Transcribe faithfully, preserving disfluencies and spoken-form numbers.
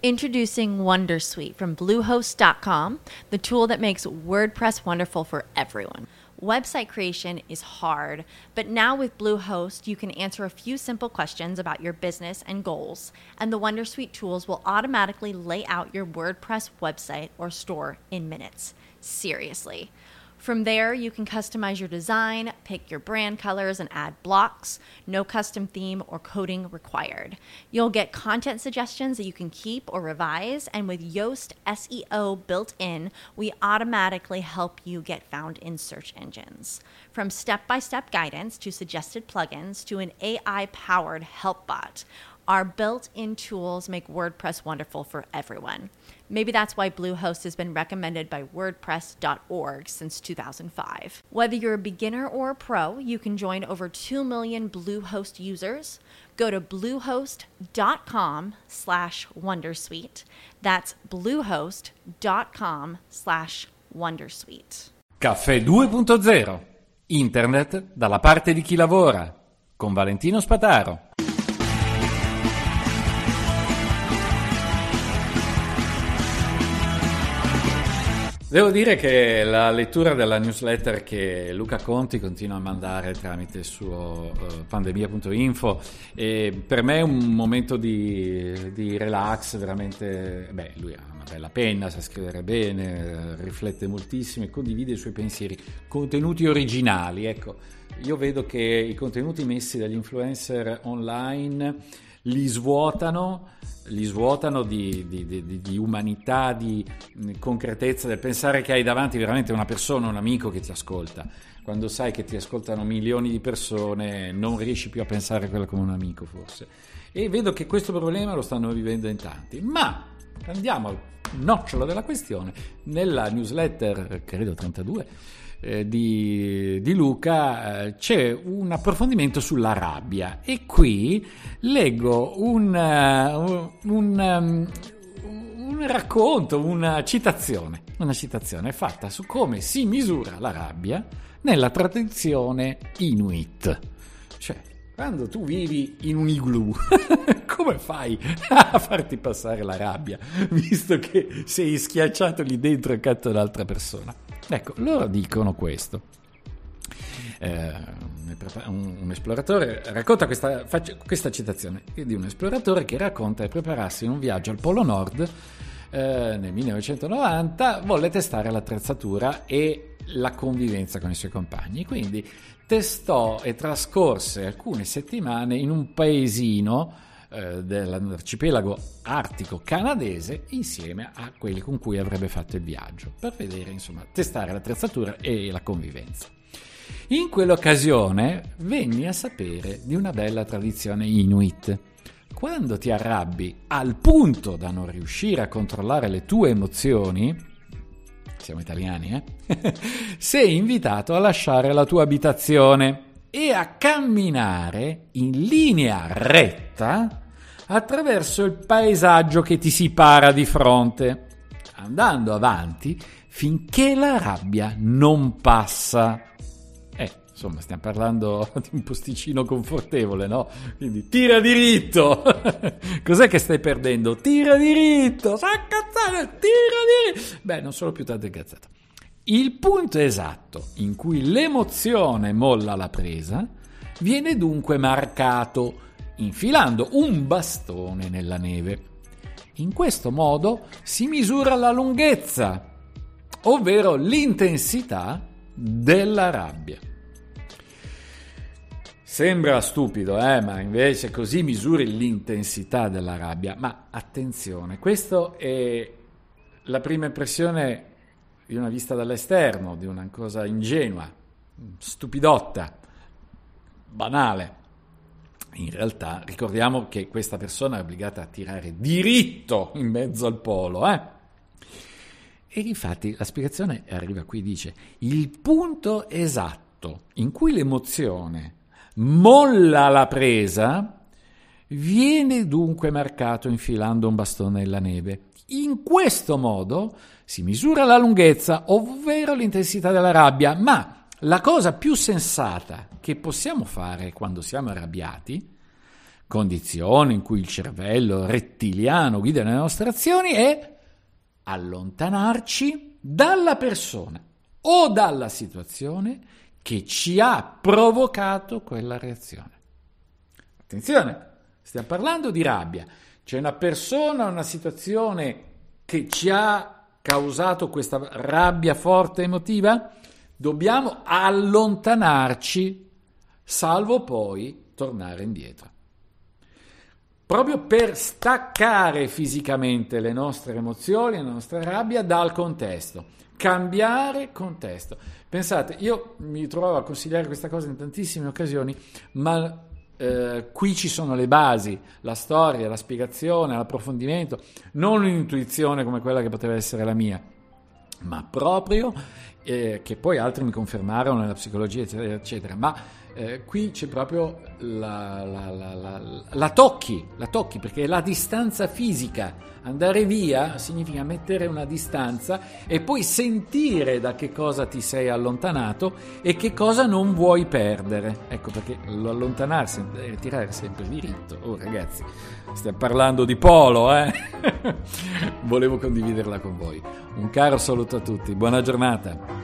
Introducing Wondersuite from Bluehost dot com, the tool that makes WordPress wonderful for everyone. Website creation is hard, but now with Bluehost, you can answer a few simple questions about your business and goals, and the Wondersuite tools will automatically lay out your WordPress website or store in minutes. Seriously. From there, you can customize your design, pick your brand colors, and add blocks. No custom theme or coding required. You'll get content suggestions that you can keep or revise, and with Yoast S E O built in, we automatically help you get found in search engines. From step-by-step guidance to suggested plugins to an A I-powered help bot, our built-in tools make WordPress wonderful for everyone. Maybe that's why Bluehost has been recommended by WordPress dot org since two thousand five. Whether you're a beginner or a pro, you can join over two million Bluehost users. Go to bluehost dot com slash wondersuite. That's bluehost dot com slash wondersuite. Caffè due punto zero. Internet dalla parte di chi lavora. Con Valentino Spataro. Devo dire che la lettura della newsletter che Luca Conti continua a mandare tramite il suo uh, pandemia punto info e per me è un momento di, di relax veramente. Beh, lui ha una bella penna, sa scrivere bene, riflette moltissimo e condivide i suoi pensieri, contenuti originali. Ecco, io vedo che i contenuti messi dagli influencer online li svuotano, li svuotano di, di, di, di umanità, di concretezza, del pensare che hai davanti veramente una persona, un amico che ti ascolta. Quando sai che ti ascoltano milioni di persone non riesci più a pensare a quello come un amico forse. E vedo che questo problema lo stanno vivendo in tanti. Ma andiamo al nocciolo della questione. Nella newsletter, credo trentadue, eh, di, di Luca eh, c'è un approfondimento sulla rabbia e qui leggo un, uh, un, um, un racconto, una citazione, una citazione fatta su come si misura la rabbia nella tradizione Inuit. Cioè, quando tu vivi in un igloo, come fai a farti passare la rabbia, visto che sei schiacciato lì dentro accanto ad un'altra persona? Ecco, loro dicono questo. Eh, un, un esploratore racconta questa, faccio, questa citazione di un esploratore che racconta di prepararsi in un viaggio al Polo Nord eh, nel millenovecentonovanta, volle testare l'attrezzatura e la convivenza con i suoi compagni, quindi testò e trascorse alcune settimane in un paesino eh, dell'arcipelago artico canadese insieme a quelli con cui avrebbe fatto il viaggio, per vedere, insomma, testare l'attrezzatura e la convivenza. In quell'occasione venni a sapere di una bella tradizione Inuit. Quando ti arrabbi al punto da non riuscire a controllare le tue emozioni, siamo italiani, eh? sei invitato a lasciare la tua abitazione e a camminare in linea retta attraverso il paesaggio che ti si para di fronte, andando avanti finché la rabbia non passa. Eh, insomma, stiamo parlando di un posticino confortevole, no? Quindi tira diritto! Cos'è che stai perdendo? Tira diritto! Sa cazzare, tira diritto! Beh, non sono più tante cazzate. Il punto esatto in cui l'emozione molla la presa viene dunque marcato infilando un bastone nella neve. In questo modo si misura la lunghezza, ovvero l'intensità della rabbia. Sembra stupido, eh? Ma invece così misuri l'intensità della rabbia. Ma attenzione, questa è la prima impressione di una vista dall'esterno, di una cosa ingenua, stupidotta, banale. In realtà ricordiamo che questa persona è obbligata a tirare diritto in mezzo al polo, eh? E infatti la spiegazione arriva qui, dice: il punto esatto in cui l'emozione molla la presa viene dunque marcato infilando un bastone nella neve. In questo modo si misura la lunghezza, ovvero l'intensità della rabbia, ma la cosa più sensata che possiamo fare quando siamo arrabbiati condizione in cui il cervello rettiliano guida le nostre azioni è allontanarci dalla persona o dalla situazione che ci ha provocato quella reazione. Attenzione, stiamo parlando di rabbia. C'è una persona, una situazione che ci ha causato questa rabbia forte emotiva? Dobbiamo allontanarci, salvo poi tornare indietro. Proprio per staccare fisicamente le nostre emozioni, la nostra rabbia dal contesto. Cambiare contesto. Pensate, io mi trovavo a consigliare questa cosa in tantissime occasioni, ma eh, qui ci sono le basi, la storia, la spiegazione, l'approfondimento, non un'intuizione come quella che poteva essere la mia, ma proprio, eh, che poi altri mi confermarono nella psicologia, eccetera, eccetera, ma eh, qui c'è proprio la, la, la, la, la tocchi, la tocchi, perché la distanza fisica. Andare via significa mettere una distanza e poi sentire da che cosa ti sei allontanato e che cosa non vuoi perdere. Ecco perché l'allontanarsi e ritirare è sempre diritto. Oh ragazzi, stiamo parlando di polo, eh? Volevo condividerla con voi. Un caro saluto a tutti, buona giornata.